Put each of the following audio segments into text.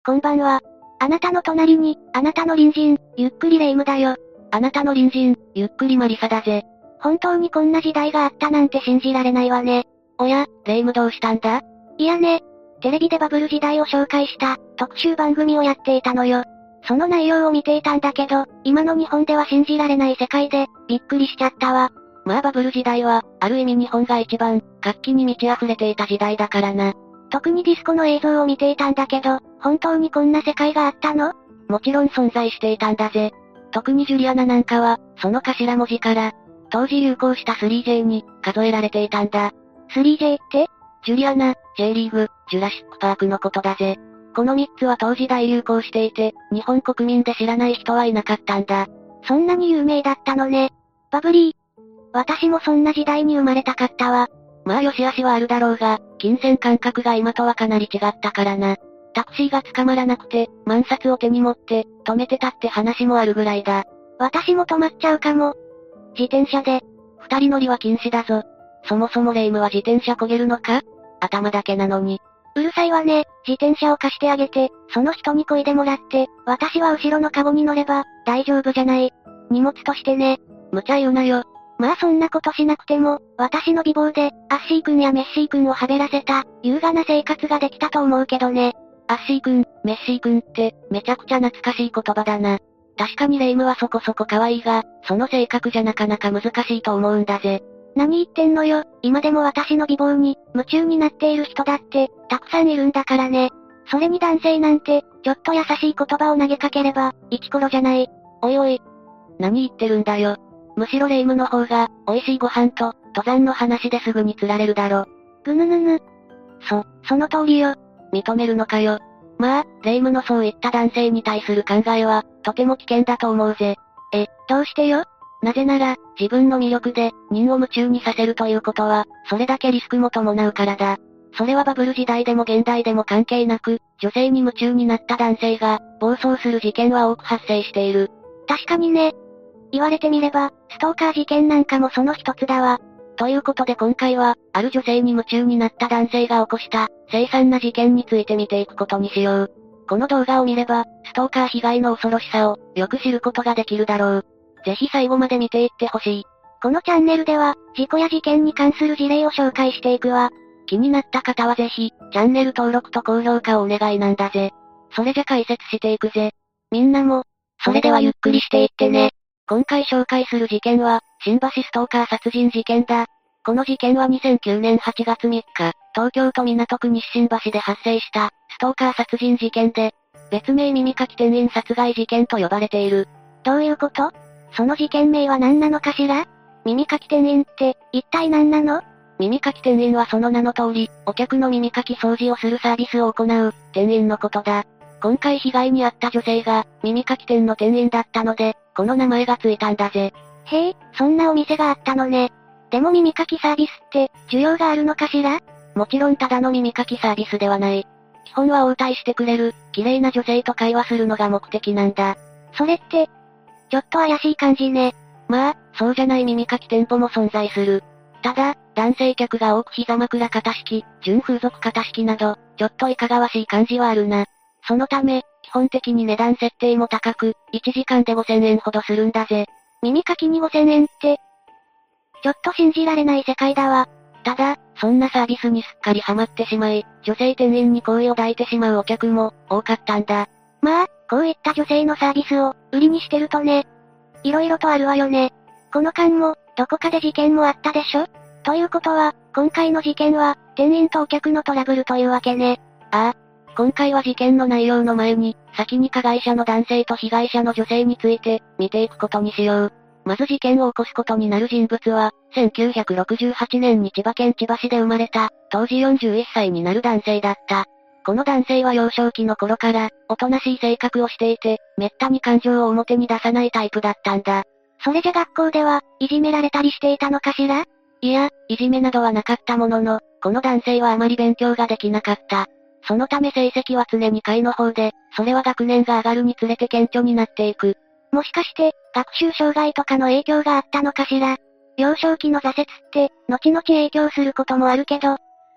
こんばんは。あなたの隣に、あなたの隣人、ゆっくりレ夢ムだよ。 あなたの隣人、ゆっくりマリサだぜ。 本当にこんな時代があったなんて信じられないわね。 おや、レ夢ムどうしたんだ？ いやね、テレビでバブル時代を紹介した、特集番組をやっていたのよ。その内容を見ていたんだけど、今の日本では信じられない世界で、びっくりしちゃったわ。 まあバブル時代は、ある意味日本が一番、活気に満ち溢れていた時代だからな。 特にディスコの映像を見ていたんだけど、本当にこんな世界があったの？ もちろん存在していたんだぜ。特にジュリアナなんかは、その頭文字から、当時流行した 3J に、数えられていたんだ。 3J って？ ジュリアナ、J リーグ、ジュラシックパークのことだぜ。この3つは当時大流行していて、日本国民で知らない人はいなかったんだ。 そんなに有名だったのね。バブリー。私もそんな時代に生まれたかったわ。 まあ良し悪しはあるだろうが、金銭感覚が今とはかなり違ったからな。タクシーが捕まらなくて、万札を手に持って、止めてたって話もあるぐらいだ。 私も止まっちゃうかも。自転車で。 二人乗りは禁止だぞ。そもそもレ夢ムは自転車漕げるのか？頭だけなのに。 うるさいわね、自転車を貸してあげて、その人に漕いでもらって、私は後ろのカゴに乗れば、大丈夫じゃない。荷物としてね。 無茶言うなよ。 まあそんなことしなくても、私の美貌で、アッシーくんやメッシーくんをはべらせた、優雅な生活ができたと思うけどね。 アッシーくん、メッシーくんって、めちゃくちゃ懐かしい言葉だな。確かにレ夢ムはそこそこ可愛いが、その性格じゃなかなか難しいと思うんだぜ。 何言ってんのよ、今でも私の美貌に、夢中になっている人だって、たくさんいるんだからね。それに男性なんて、ちょっと優しい言葉を投げかければ、イチコロじゃない。 おいおい。何言ってるんだよ。むしろレ夢ムの方が、美味しいご飯と、登山の話ですぐに釣られるだろ。 ぐぬぬぬ。その通りよ。 認めるのかよ。まあ、レ夢ムのそういった男性に対する考えは、とても危険だと思うぜ。 どうしてよ？ なぜなら、自分の魅力で、人を夢中にさせるということは、それだけリスクも伴うからだ。それはバブル時代でも現代でも関係なく、女性に夢中になった男性が、暴走する事件は多く発生している。 確かにね。言われてみれば、ストーカー事件なんかもその一つだわ。 ということで今回は、ある女性に夢中になった男性が起こした、凄惨な事件について見ていくことにしよう。この動画を見れば、ストーカー被害の恐ろしさを、よく知ることができるだろう。ぜひ最後まで見ていってほしい。 このチャンネルでは、事故や事件に関する事例を紹介していくわ。 気になった方はぜひ、チャンネル登録と高評価をお願いなんだぜ。それじゃ解説していくぜ。みんなも、それではゆっくりしていってね。今回紹介する事件は、新橋ストーカー殺人事件だ。この事件は2009年8月3日、東京都港区西新橋で発生した、ストーカー殺人事件で、別名耳かき店員殺害事件と呼ばれている。 どういうこと？その事件名は何なのかしら？耳かき店員って、一体何なの？ 耳かき店員はその名の通り、お客の耳かき掃除をするサービスを行う、店員のことだ。今回被害に遭った女性が、耳かき店の店員だったので、この名前がついたんだぜ。 へえ、そんなお店があったのね。でも耳かきサービスって、需要があるのかしら？ もちろんただの耳かきサービスではない。基本は応対してくれる、綺麗な女性と会話するのが目的なんだ。 それって、ちょっと怪しい感じね。 まあ、そうじゃない耳かき店舗も存在する。ただ、男性客が多く膝枕型式、準風俗型式など、ちょっといかがわしい感じはあるな。そのため、基本的に値段設定も高く、1時間で5000円ほどするんだぜ。 耳かきに5000円って、ちょっと信じられない世界だわ。 ただ、そんなサービスにすっかりハマってしまい、女性店員に好意を抱いてしまうお客も、多かったんだ。 まあ、こういった女性のサービスを、売りにしてるとね。色々とあるわよね。この間も、どこかで事件もあったでしょ？ということは、今回の事件は、店員とお客のトラブルというわけね。 ああ。今回は事件の内容の前に、先に加害者の男性と被害者の女性について、見ていくことにしよう。まず事件を起こすことになる人物は、1968年に千葉県千葉市で生まれた、当時41歳になる男性だった。この男性は幼少期の頃から、おとなしい性格をしていて、めったに感情を表に出さないタイプだったんだ。 それじゃ学校では、いじめられたりしていたのかしら？ いや、いじめなどはなかったものの、この男性はあまり勉強ができなかった。そのため成績は常に下位の方で、それは学年が上がるにつれて顕著になっていく。 もしかして、学習障害とかの影響があったのかしら？幼少期の挫折って、後々影響することもあるけど。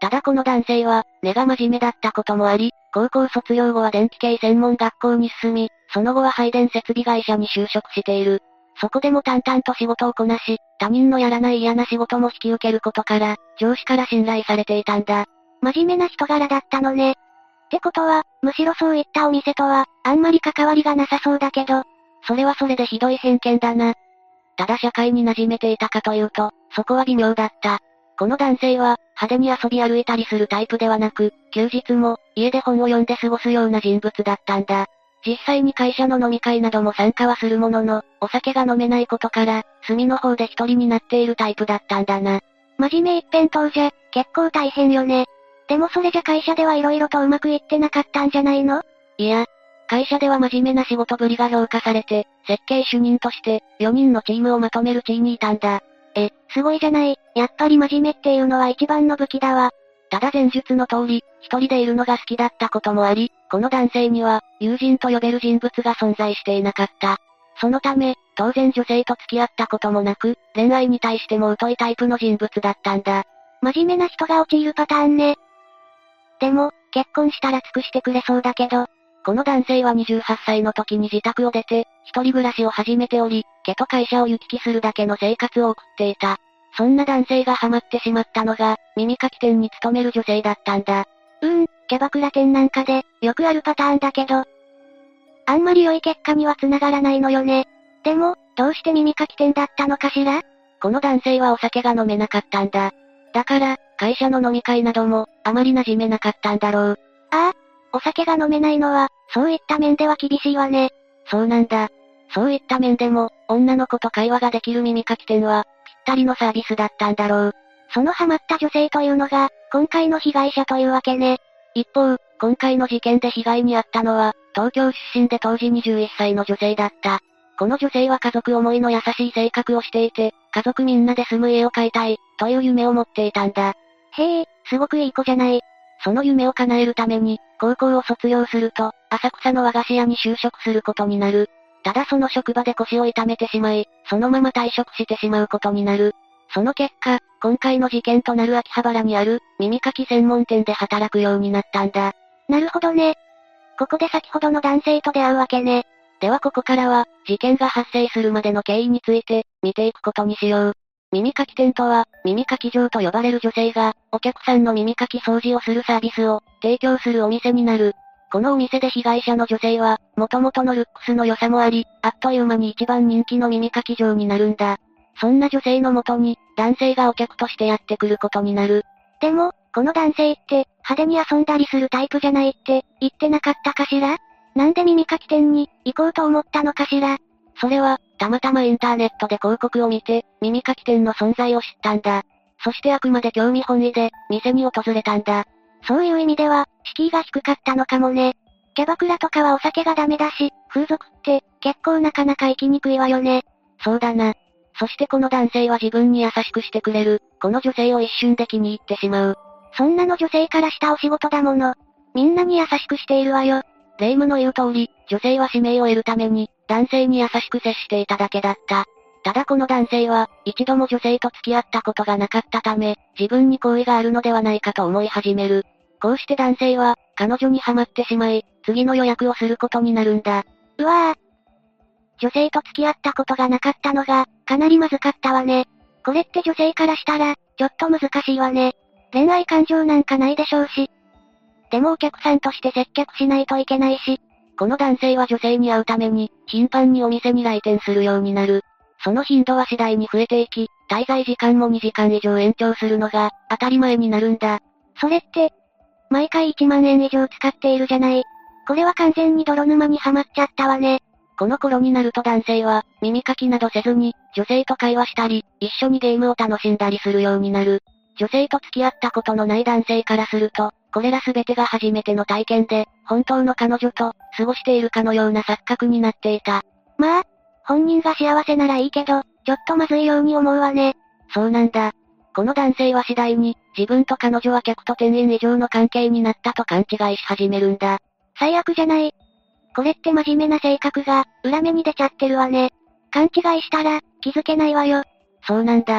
ただこの男性は、根が真面目だったこともあり、高校卒業後は電気系専門学校に進み、その後は配電設備会社に就職している。そこでも淡々と仕事をこなし、他人のやらない嫌な仕事も引き受けることから、上司から信頼されていたんだ。 真面目な人柄だったのね。ってことは、むしろそういったお店とは、あんまり関わりがなさそうだけど、 それはそれでひどい偏見だな。ただ社会に馴染めていたかというと、そこは微妙だった。この男性は、派手に遊び歩いたりするタイプではなく、休日も、家で本を読んで過ごすような人物だったんだ。実際に会社の飲み会なども参加はするものの、お酒が飲めないことから、隅の方で一人になっているタイプだったんだな。 真面目一辺倒じゃ、結構大変よね。でもそれじゃ会社では色々とうまくいってなかったんじゃないの？ いや、会社では真面目な仕事ぶりが評価されて、設計主任として、4人のチームをまとめる地位にいたんだ。 すごいじゃない。やっぱり真面目っていうのは一番の武器だわ。 ただ前述の通り、一人でいるのが好きだったこともあり、この男性には、友人と呼べる人物が存在していなかった。そのため、当然女性と付き合ったこともなく、恋愛に対しても疎いタイプの人物だったんだ。 真面目な人が陥るパターンね。でも、結婚したら尽くしてくれそうだけど、 この男性は28歳の時に自宅を出て、一人暮らしを始めており、家と会社を行き来するだけの生活を送っていた。そんな男性がハマってしまったのが、耳かき店に勤める女性だったんだ。 キャバクラ店なんかで、よくあるパターンだけど、あんまり良い結果には繋がらないのよね。でも、どうして耳かき店だったのかしら？ この男性はお酒が飲めなかったんだ。だから、会社の飲み会なども、あまり馴染めなかったんだろう。 ああ、お酒が飲めないのは、そういった面では厳しいわね。 そうなんだ。そういった面でも、女の子と会話ができる耳かき店は、ぴったりのサービスだったんだろう。 そのハマった女性というのが、今回の被害者というわけね。 一方、今回の事件で被害に遭ったのは、東京出身で当時21歳の女性だった。この女性は家族思いの優しい性格をしていて、家族みんなで住む家を買いたい、という夢を持っていたんだ。 へえ、すごくいい子じゃない。 その夢を叶えるために、高校を卒業すると、浅草の和菓子屋に就職することになる。ただその職場で腰を痛めてしまい、そのまま退職してしまうことになる。その結果、今回の事件となる秋葉原にある、耳かき専門店で働くようになったんだ。 なるほどね。ここで先ほどの男性と出会うわけね。 ではここからは、事件が発生するまでの経緯について、見ていくことにしよう。耳かき店とは、耳かき嬢と呼ばれる女性が、お客さんの耳かき掃除をするサービスを、提供するお店になる。このお店で被害者の女性は、元々のルックスの良さもあり、あっという間に一番人気の耳かき嬢になるんだ。そんな女性のもとに、男性がお客としてやってくることになる。 でも、この男性って、派手に遊んだりするタイプじゃないって、言ってなかったかしら？なんで耳かき店に、行こうと思ったのかしら？ それは、たまたまインターネットで広告を見て、耳かき店の存在を知ったんだ。そしてあくまで興味本位で、店に訪れたんだ。 そういう意味では、敷居が低かったのかもね。キャバクラとかはお酒がダメだし、風俗って、結構なかなか行きにくいわよね。 そうだな。そしてこの男性は自分に優しくしてくれる、この女性を一瞬で気に入ってしまう。 そんなの女性からしたお仕事だもの。みんなに優しくしているわよ。 霊夢の言う通り、女性は使命を得るために、男性に優しく接していただけだった。ただこの男性は、一度も女性と付き合ったことがなかったため、自分に好意があるのではないかと思い始める。こうして男性は、彼女にはまってしまい、次の予約をすることになるんだ。 うわぁ。女性と付き合ったことがなかったのが、かなりまずかったわね。これって女性からしたら、ちょっと難しいわね。恋愛感情なんかないでしょうし。でもお客さんとして接客しないといけないし。 この男性は女性に会うために、頻繁にお店に来店するようになる。その頻度は次第に増えていき、滞在時間も2時間以上延長するのが、当たり前になるんだ。 それって、毎回1万円以上使っているじゃない。これは完全に泥沼にはまっちゃったわね。 この頃になると男性は、耳かきなどせずに、女性と会話したり、一緒にゲームを楽しんだりするようになる。女性と付き合ったことのない男性からすると、これらすべてが初めての体験で、本当の彼女と、過ごしているかのような錯覚になっていた。 まあ、本人が幸せならいいけど、ちょっとまずいように思うわね。 そうなんだ。この男性は次第に、自分と彼女は客と店員以上の関係になったと勘違いし始めるんだ。 最悪じゃない。これって真面目な性格が、裏目に出ちゃってるわね。勘違いしたら、気づけないわよ。 そうなんだ。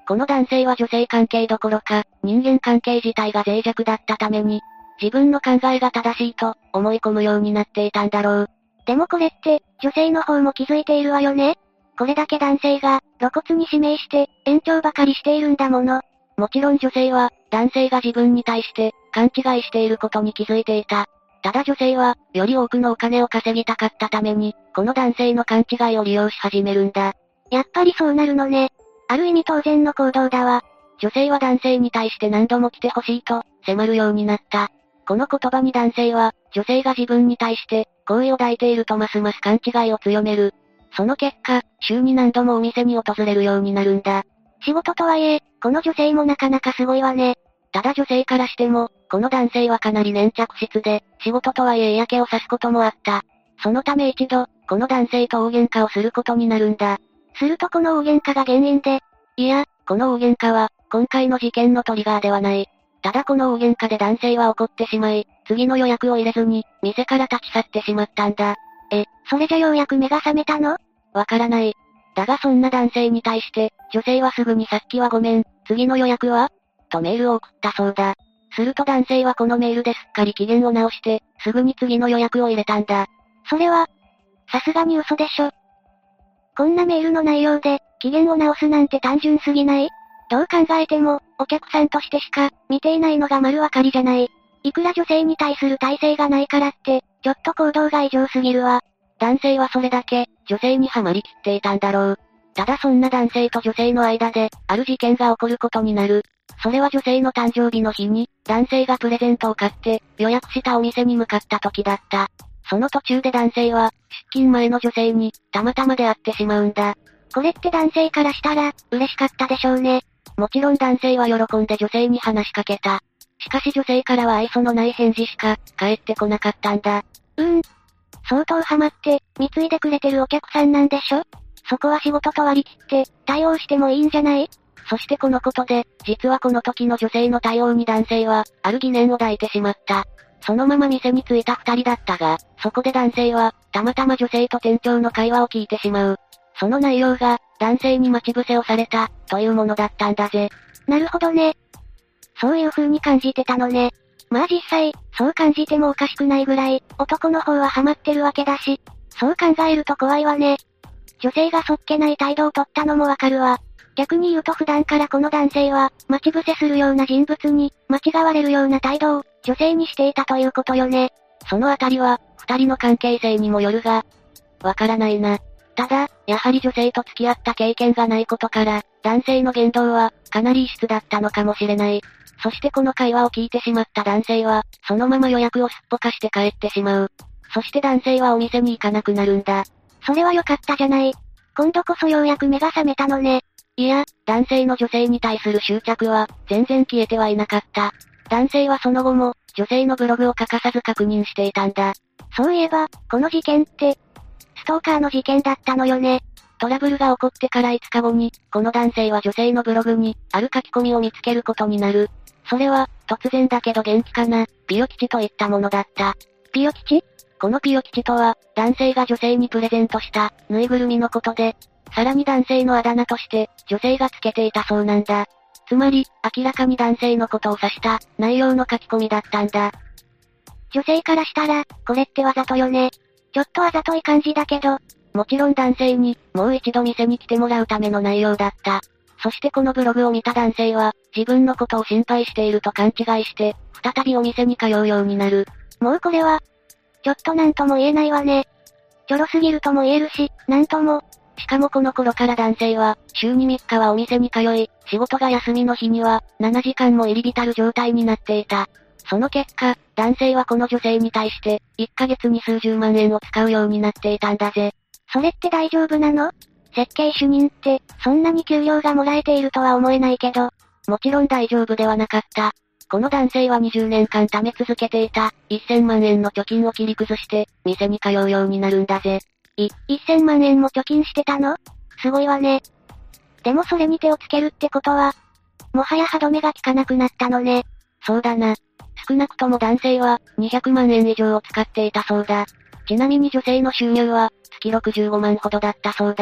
この男性は女性関係どころか、人間関係自体が脆弱だったために、自分の考えが正しいと、思い込むようになっていたんだろう。 でもこれって、女性の方も気づいているわよね？これだけ男性が、露骨に指名して、延長ばかりしているんだもの。 もちろん女性は、男性が自分に対して、勘違いしていることに気づいていた。ただ女性は、より多くのお金を稼ぎたかったために、この男性の勘違いを利用し始めるんだ。 やっぱりそうなるのね。ある意味当然の行動だわ。 女性は男性に対して何度も来てほしいと、迫るようになった。この言葉に男性は、女性が自分に対して、好意を抱いているとますます勘違いを強める。その結果、週に何度もお店に訪れるようになるんだ。 仕事とはいえ、この女性もなかなかすごいわね。 ただ女性からしても、この男性はかなり粘着質で、仕事とはいえ嫌気をさすこともあった。そのため一度、この男性と大喧嘩をすることになるんだ。 するとこの大喧嘩が原因で、 いや、この大喧嘩は、今回の事件のトリガーではない。ただこの大喧嘩で男性は怒ってしまい、次の予約を入れずに、店から立ち去ってしまったんだ。 それじゃようやく目が覚めたの？ わからない。だがそんな男性に対して、女性はすぐにさっきはごめん、次の予約はとメールを送ったそうだ。すると男性はこのメールですっかり機嫌を直して、すぐに次の予約を入れたんだ。 それは、さすがに嘘でしょ。こんなメールの内容で、機嫌を直すなんて単純すぎない？どう考えても、お客さんとしてしか、見ていないのが丸わかりじゃない。いくら女性に対する耐性がないからって、ちょっと行動が異常すぎるわ。 男性はそれだけ、女性にはまりきっていたんだろう。ただそんな男性と女性の間で、ある事件が起こることになる。それは女性の誕生日の日に、男性がプレゼントを買って、予約したお店に向かった時だった。その途中で男性は、出勤前の女性に、たまたま出会ってしまうんだ。 これって男性からしたら、嬉しかったでしょうね。 もちろん男性は喜んで女性に話しかけた。しかし女性からは愛想のない返事しか、返ってこなかったんだ。 相当ハマって、貢いでくれてるお客さんなんでしょ？そこは仕事と割り切って、対応してもいいんじゃない？ そしてこのことで、実はこの時の女性の対応に男性は、ある疑念を抱いてしまった。そのまま店に着いた二人だったが、そこで男性は、たまたま女性と店長の会話を聞いてしまう。その内容が、男性に待ち伏せをされた、というものだったんだぜ。 なるほどね。そういう風に感じてたのね。まあ実際、そう感じてもおかしくないぐらい、男の方はハマってるわけだし、そう考えると怖いわね。女性がそっけない態度を取ったのもわかるわ。逆に言うと普段からこの男性は、待ち伏せするような人物に、間違われるような態度を、女性にしていたということよね。 そのあたりは、二人の関係性にもよるが、わからないな。ただ、やはり女性と付き合った経験がないことから、男性の言動は、かなり異質だったのかもしれない。そしてこの会話を聞いてしまった男性は、そのまま予約をすっぽかして帰ってしまう。そして男性はお店に行かなくなるんだ。 それは良かったじゃない。今度こそようやく目が覚めたのね。 いや、男性の女性に対する執着は、全然消えてはいなかった。男性はその後も、女性のブログを欠かさず確認していたんだ。 そういえば、この事件って、ストーカーの事件だったのよね。 トラブルが起こってから5日後に、この男性は女性のブログに、ある書き込みを見つけることになる。それは、突然だけど元気かな、ピヨ吉といったものだった。 ピヨ吉？ このピヨ吉とは、男性が女性にプレゼントした、ぬいぐるみのことで、さらに男性のあだ名として、女性がつけていたそうなんだ。つまり、明らかに男性のことを指した、内容の書き込みだったんだ。 女性からしたら、これってわざとよね。ちょっとあざとい感じだけど、 もちろん男性に、もう一度店に来てもらうための内容だった。そしてこのブログを見た男性は、自分のことを心配していると勘違いして、再びお店に通うようになる。 もうこれは、ちょっとなんとも言えないわね。ちょろすぎるとも言えるし、なんとも。 しかもこの頃から男性は、週に3日はお店に通い、仕事が休みの日には、7時間も入り浸る状態になっていた。その結果、男性はこの女性に対して、1ヶ月に数十万円を使うようになっていたんだぜ。 それって大丈夫なの？設計主任って、そんなに給料がもらえているとは思えないけど。 もちろん大丈夫ではなかった。この男性は20年間貯め続けていた、1000万円の貯金を切り崩して、店に通うようになるんだぜ。 1000万円も貯金してたの？すごいわね。でもそれに手をつけるってことは、もはや歯止めが効かなくなったのね。 そうだな。少なくとも男性は、200万円以上を使っていたそうだ。ちなみに女性の収入は、月65万ほどだったそうだ。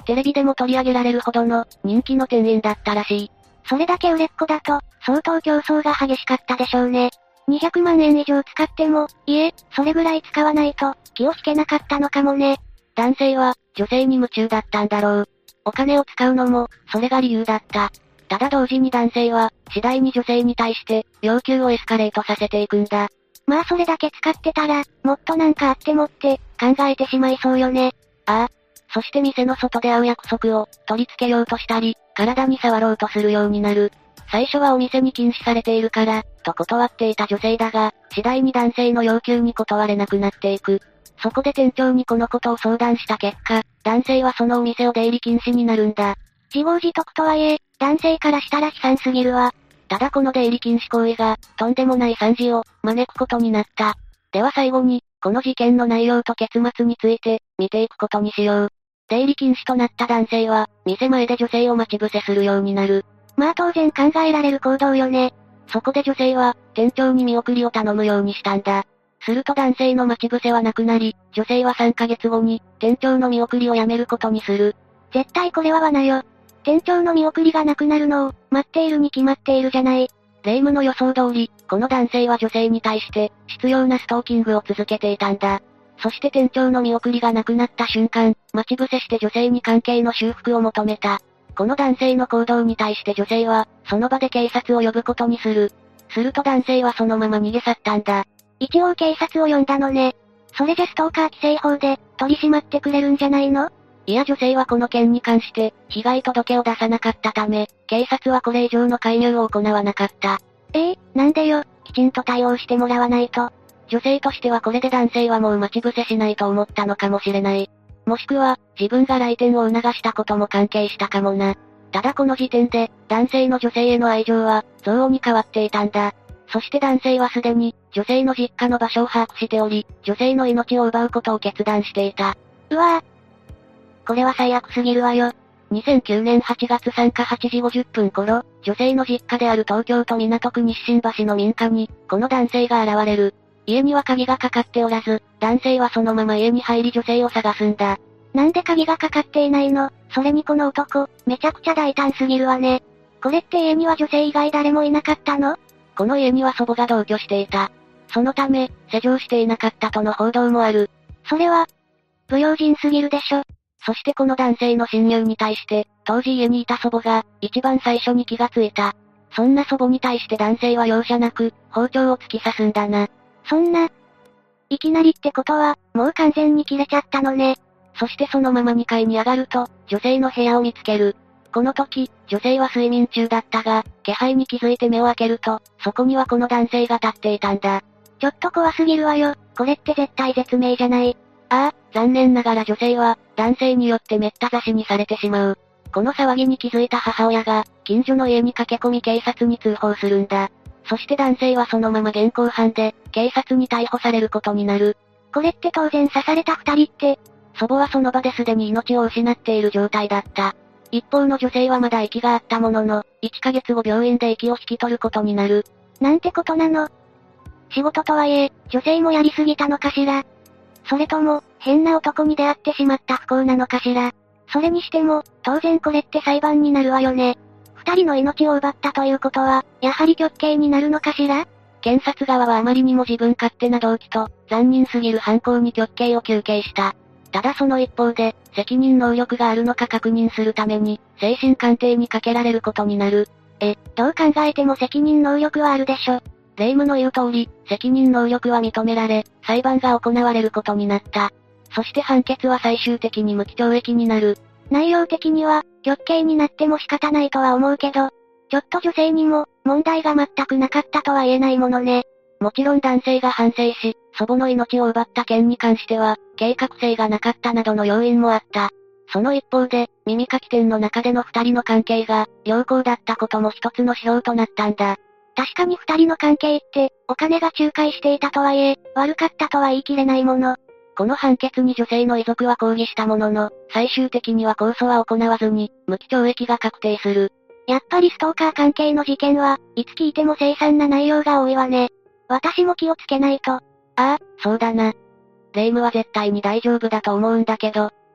テレビでも取り上げられるほどの人気の店員だったらしい。 それだけ売れっ子だと、相当競争が激しかったでしょうね。200万円以上使っても、それぐらい使わないと、気を引けなかったのかもね。 男性は、女性に夢中だったんだろう。お金を使うのも、それが理由だった。ただ同時に男性は、次第に女性に対して、要求をエスカレートさせていくんだ。 まあそれだけ使ってたら、もっとなんかあってもって、考えてしまいそうよね。 ああ。そして店の外で会う約束を、取り付けようとしたり、体に触ろうとするようになる。最初はお店に禁止されているから、と断っていた女性だが、次第に男性の要求に断れなくなっていく。そこで店長にこのことを相談した結果、男性はそのお店を出入り禁止になるんだ。 自業自得とはいえ、男性からしたら悲惨すぎるわ。 ただこの出入り禁止行為が、とんでもない惨事を、招くことになった。では最後に、この事件の内容と結末について、見ていくことにしよう。出入り禁止となった男性は、店前で女性を待ち伏せするようになる。 まあ当然考えられる行動よね。 そこで女性は、店長に見送りを頼むようにしたんだ。すると男性の待ち伏せはなくなり、女性は3ヶ月後に、店長の見送りをやめることにする。 絶対これは罠よ。店長の見送りがなくなるのを、待っているに決まっているじゃない。 霊夢の予想通り、この男性は女性に対して、執拗なストーキングを続けていたんだ。そして店長の見送りがなくなった瞬間、待ち伏せして女性に関係の修復を求めた。この男性の行動に対して女性は、その場で警察を呼ぶことにする。すると男性はそのまま逃げ去ったんだ。 一応警察を呼んだのね。それじゃストーカー規制法で、取り締まってくれるんじゃないの？ いや女性はこの件に関して、被害届を出さなかったため、警察はこれ以上の介入を行わなかった。 なんでよ、きちんと対応してもらわないと。 女性としてはこれで男性はもう待ち伏せしないと思ったのかもしれない。もしくは、自分が来店を促したことも関係したかもな。ただこの時点で、男性の女性への愛情は、憎悪に変わっていたんだ。そして男性はすでに、女性の実家の場所を把握しており、女性の命を奪うことを決断していた。 うわぁ。これは最悪すぎるわよ。 2009年8月3日8時50分頃、女性の実家である東京都港区日進橋の民家に、この男性が現れる。家には鍵がかかっておらず、男性はそのまま家に入り女性を探すんだ。 なんで鍵がかかっていないの？それにこの男、めちゃくちゃ大胆すぎるわね。これって家には女性以外誰もいなかったの？ この家には祖母が同居していた。そのため、施錠していなかったとの報道もある。 それは、不用心すぎるでしょ。 そしてこの男性の侵入に対して、当時家にいた祖母が、一番最初に気がついた。そんな祖母に対して男性は容赦なく、包丁を突き刺すんだな。 そんな、いきなりってことは、もう完全に切れちゃったのね。 そしてそのまま2階に上がると、女性の部屋を見つける。この時、女性は睡眠中だったが、気配に気づいて目を開けると、そこにはこの男性が立っていたんだ。 ちょっと怖すぎるわよ。これって絶対絶命じゃない。 ああ、残念ながら女性は、男性によってめった刺しにされてしまう。この騒ぎに気づいた母親が、近所の家に駆け込み警察に通報するんだ。そして男性はそのまま現行犯で、警察に逮捕されることになる。 これって当然刺された二人って、 祖母はその場ですでに命を失っている状態だった。一方の女性はまだ息があったものの、1ヶ月後病院で息を引き取ることになる。 なんてことなの？仕事とはいえ、女性もやりすぎたのかしら？それとも、変な男に出会ってしまった不幸なのかしら？それにしても、当然これって裁判になるわよね。二人の命を奪ったということは、やはり極刑になるのかしら？ 検察側はあまりにも自分勝手な動機と、残忍すぎる犯行に極刑を求刑した。ただその一方で、責任能力があるのか確認するために、精神鑑定にかけられることになる。 どう考えても責任能力はあるでしょ。 霊夢の言う通り、責任能力は認められ、裁判が行われることになった。そして判決は最終的に無期懲役になる。 内容的には、極刑になっても仕方ないとは思うけど、ちょっと女性にも、問題が全くなかったとは言えないものね。 もちろん男性が反省し、祖母の命を奪った件に関しては、計画性がなかったなどの要因もあった。その一方で、耳かき店の中での二人の関係が、良好だったことも一つの指標となったんだ。 確かに二人の関係って、お金が仲介していたとはいえ、悪かったとは言い切れないもの。 この判決に女性の遺族は抗議したものの、最終的には控訴は行わずに、無期懲役が確定する。 やっぱりストーカー関係の事件は、いつ聞いても凄惨な内容が多いわね。私も気をつけないと。 ああ、そうだな。霊夢は絶対に大丈夫だと思うんだけど。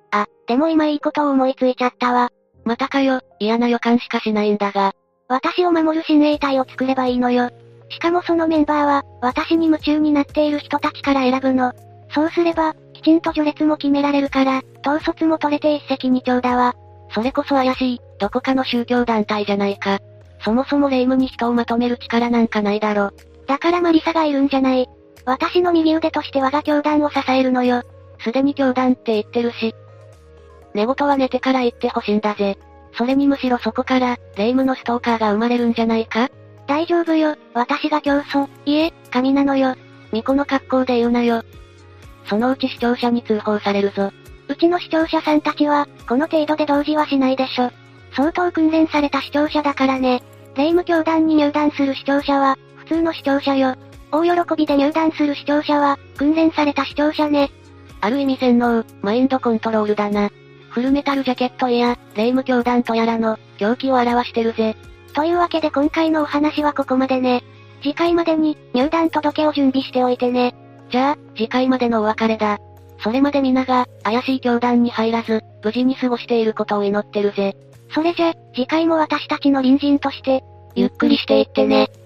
でも今いいことを思いついちゃったわ。 またかよ、嫌な予感しかしないんだが。 私を守る親衛隊を作ればいいのよ。しかもそのメンバーは、私に夢中になっている人たちから選ぶの。そうすれば、きちんと序列も決められるから、統率も取れて一石二鳥だわ。 それこそ怪しい、どこかの宗教団体じゃないか。そもそも霊夢に人をまとめる力なんかないだろ。 だからマリサがいるんじゃない。私の右腕として我が教団を支えるのよ。 すでに教団って言ってるし。寝言は寝てから言ってほしいんだぜ。それにむしろそこから、霊夢のストーカーが生まれるんじゃないか？ 大丈夫よ、私が教祖、いえ、神なのよ。 巫女の格好で言うなよ。そのうち視聴者に通報されるぞ。 うちの視聴者さんたちは、この程度で同時はしないでしょ。相当訓練された視聴者だからね。霊夢教団に入団する視聴者は、普通の視聴者よ。大喜びで入団する視聴者は、訓練された視聴者ね。 ある意味洗脳、マインドコントロールだな。フルメタルジャケットや、霊夢教団とやらの、狂気を表してるぜ。 というわけで今回のお話はここまでね。次回までに、入団届を準備しておいてね。 じゃあ、次回までのお別れだ。それまで皆が、怪しい教団に入らず、無事に過ごしていることを祈ってるぜ。 それじゃ、次回も私たちの隣人として、 ゆっくりしていってね。